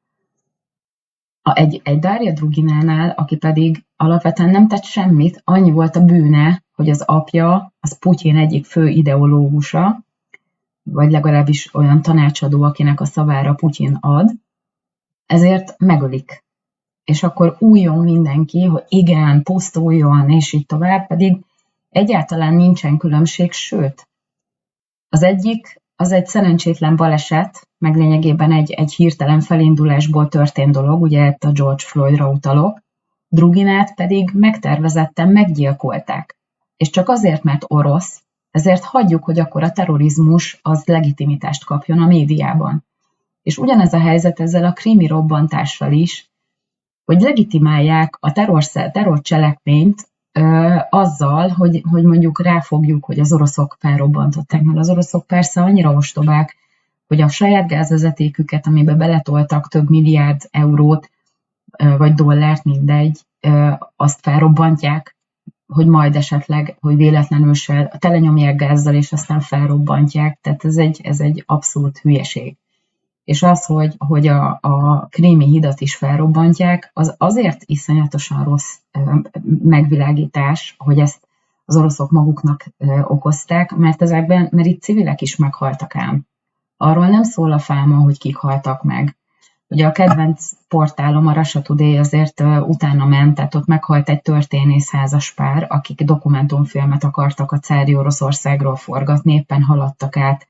Egy, egy Darja Druginánál, aki pedig alapvetően nem tett semmit, annyi volt a bűne, hogy az apja, az Putyin egyik fő ideológusa, vagy legalábbis olyan tanácsadó, akinek a szavára Putyin ad, ezért megölik. És akkor újjon mindenki, hogy igen, pusztuljon, és így tovább, pedig egyáltalán nincsen különbség, sőt, az egyik, az egy szerencsétlen baleset, meg lényegében egy, egy hirtelen felindulásból történt dolog, ugye itt a George Floydra utalok, Druginát pedig megtervezetten meggyilkolták. És csak azért, mert orosz, ezért hagyjuk, hogy akkor a terrorizmus az legitimitást kapjon a médiában. És ugyanez a helyzet ezzel a krími robbantással is, hogy legitimálják a terrorcselekményt ö, azzal, hogy, hogy mondjuk ráfogjuk, hogy az oroszok felrobbantották, mert az oroszok persze annyira ostobák, hogy a saját gázvezetéküket, amiben beletoltak több milliárd eurót, ö, vagy dollárt, mindegy, ö, azt felrobbantják, hogy majd esetleg, hogy véletlenül se telenyomják gázzal, és aztán felrobbantják. Tehát ez egy, ez egy abszolút hülyeség. És az, hogy, hogy a, a krími hidat is felrobbantják, az azért iszonyatosan rossz megvilágítás, hogy ezt az oroszok maguknak okozták, mert ezekben, mert itt civilek is meghaltak ám. Arról nem szól a fáma, hogy kik haltak meg. Ugye a kedvenc portálom, a Russia Today azért utána ment, tehát ott meghalt egy történész házas pár, akik dokumentumfilmet akartak a cári Oroszországról forgatni, éppen haladtak át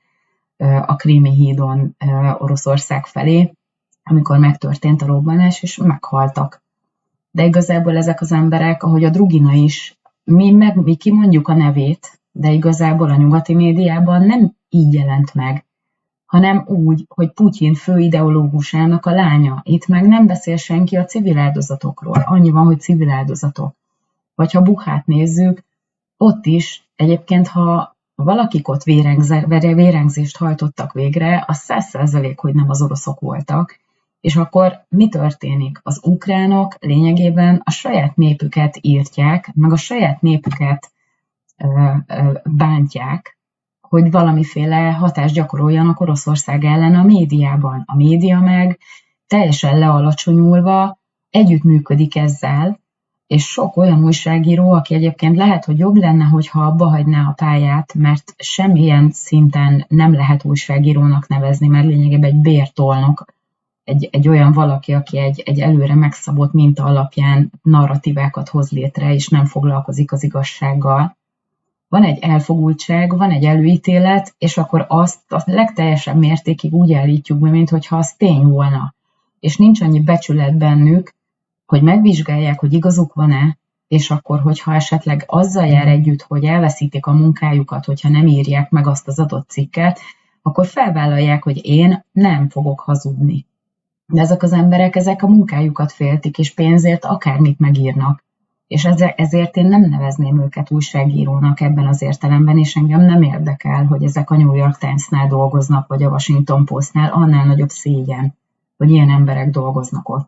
a Krími hídon Oroszország felé, amikor megtörtént a robbanás, és meghaltak. De igazából ezek az emberek, ahogy a Drugina is, mi meg mi kimondjuk a nevét, de igazából a nyugati médiában nem így jelent meg, hanem úgy, hogy Putyin főideológusának a lánya. Itt meg nem beszél senki a civil áldozatokról. Annyi van, hogy civil áldozatok. Vagy ha Buchát nézzük, ott is egyébként, ha valakik ott vérengzést hajtottak végre, az száz százalék, hogy nem az oroszok voltak. És akkor mi történik? Az ukránok lényegében a saját népüket írtják, meg a saját népüket ö, ö, bántják, hogy valamiféle hatást gyakoroljanak Oroszország ellen a médiában. A média meg teljesen lealacsonyulva együttműködik ezzel, és sok olyan újságíró, aki egyébként lehet, hogy jobb lenne, hogyha abba hagyná a pályát, mert semmilyen szinten nem lehet újságírónak nevezni, mert lényegében egy bértolnok, egy, egy olyan valaki, aki egy, egy előre megszabott minta alapján narratívákat hoz létre, és nem foglalkozik az igazsággal. Van egy elfogultság, van egy előítélet, és akkor azt a legteljesebb mértékig úgy állítjuk be, mintha az tény volna. És nincs annyi becsület bennük, hogy megvizsgálják, hogy igazuk van-e, és akkor, hogyha esetleg azzal jár együtt, hogy elveszítik a munkájukat, hogyha nem írják meg azt az adott cikket, akkor felvállalják, hogy én nem fogok hazudni. De ezek az emberek, ezek a munkájukat féltik, és pénzért akármit megírnak. És ezért én nem nevezném őket újságírónak ebben az értelemben, és engem nem érdekel, hogy ezek a New York Times-nál dolgoznak, vagy a Washington Postnál, annál nagyobb szégyen, hogy ilyen emberek dolgoznak ott.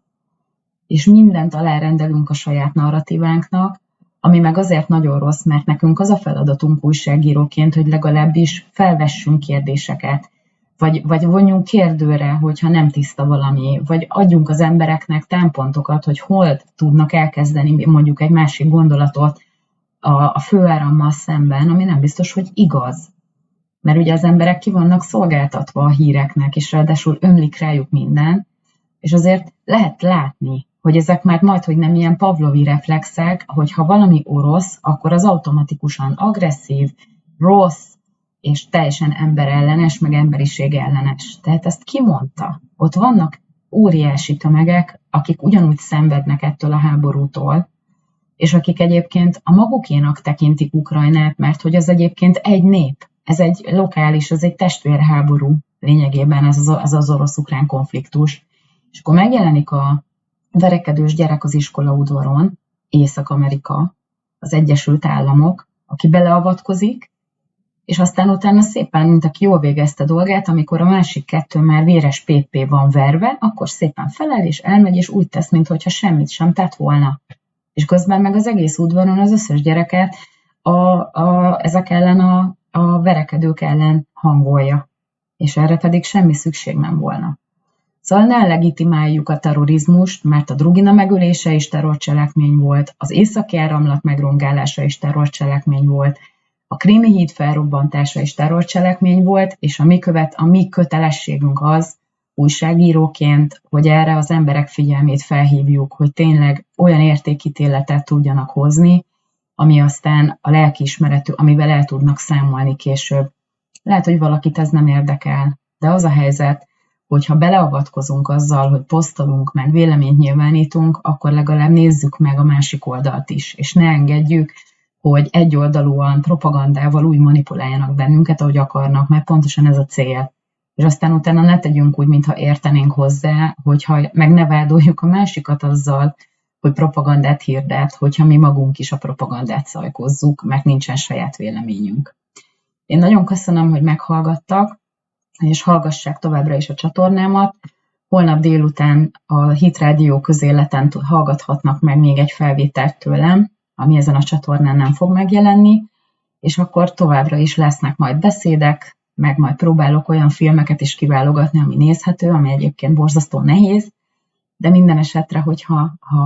És mindent alárendelünk a saját narratívánknak, ami meg azért nagyon rossz, mert nekünk az a feladatunk újságíróként, hogy legalábbis felvessünk kérdéseket, vagy, vagy vonjunk kérdőre, hogyha nem tiszta valami, vagy adjunk az embereknek támpontokat, hogy hol tudnak elkezdeni mondjuk egy másik gondolatot a, a főárammal szemben, ami nem biztos, hogy igaz. Mert ugye az emberek ki vannak szolgáltatva a híreknek, és ráadásul ömlik rájuk minden, és azért lehet látni, hogy ezek már majd, hogy nem ilyen pavlovi reflexek, hogy ha valami orosz, akkor az automatikusan agresszív, rossz, és teljesen emberellenes, meg emberiség ellenes. Tehát ezt ki mondta? Ott vannak óriási tömegek, akik ugyanúgy szenvednek ettől a háborútól, és akik egyébként a magukénak tekintik Ukrajnát, mert hogy az egyébként egy nép. Ez egy lokális, ez egy testvérháború lényegében, ez az, ez az orosz-ukrán konfliktus. És akkor megjelenik a verekedős gyerek az iskolaudvaron, Észak-Amerika, az Egyesült Államok, aki beleavatkozik, és aztán utána szépen, mint aki jól végezte dolgát, amikor a másik kettő már véres pé pé van verve, akkor szépen felel, és elmegy, és úgy tesz, mintha semmit sem tett volna. És közben meg az egész udvaron az összes gyereket a, a, ezek ellen a, a verekedők ellen hangolja. És erre pedig semmi szükség nem volna. Szóval ne legitimáljuk a terrorizmust, mert a Drugina megölése is terrorcselekmény volt, az északi áramlat megrongálása is terrorcselekmény volt, a Krími híd felrobbantása is terrorcselekmény volt, és a mi, követ, a mi kötelességünk az, újságíróként, hogy erre az emberek figyelmét felhívjuk, hogy tényleg olyan értékítéletet tudjanak hozni, ami aztán a lelkiismeretű, amivel el tudnak számolni később. Lehet, hogy valakit ez nem érdekel, de az a helyzet, hogyha beleavatkozunk azzal, hogy posztolunk, meg véleményt nyilvánítunk, akkor legalább nézzük meg a másik oldalt is, és ne engedjük, hogy egyoldalúan propagandával úgy manipuláljanak bennünket, ahogy akarnak, mert pontosan ez a cél. És aztán utána ne tegyünk úgy, mintha értenénk hozzá, hogyha meg ne vádoljuk a másikat azzal, hogy propagandát hirdet, hogyha mi magunk is a propagandát szajkozzuk, mert nincsen saját véleményünk. Én nagyon köszönöm, hogy meghallgattak, és hallgassák továbbra is a csatornámat. Holnap délután a Hit Rádió közéleten hallgathatnak meg még egy felvételt tőlem, ami ezen a csatornán nem fog megjelenni, és akkor továbbra is lesznek majd beszédek, meg majd próbálok olyan filmeket is kiválogatni, ami nézhető, ami egyébként borzasztó nehéz, de minden esetre, hogyha ha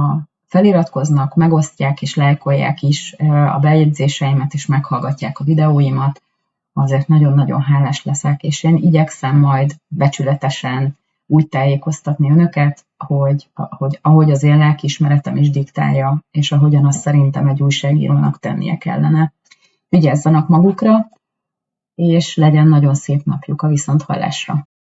feliratkoznak, megosztják és lájkolják is a bejegyzéseimet, és meghallgatják a videóimat, azért nagyon-nagyon hálás leszek, és én igyekszem majd becsületesen úgy tájékoztatni önöket, hogy, hogy ahogy az én lelkiismeretem is diktálja, és ahogyan azt szerintem egy újságírónak tennie kellene. Vigyázzanak magukra, és legyen nagyon szép napjuk a viszonthallásra.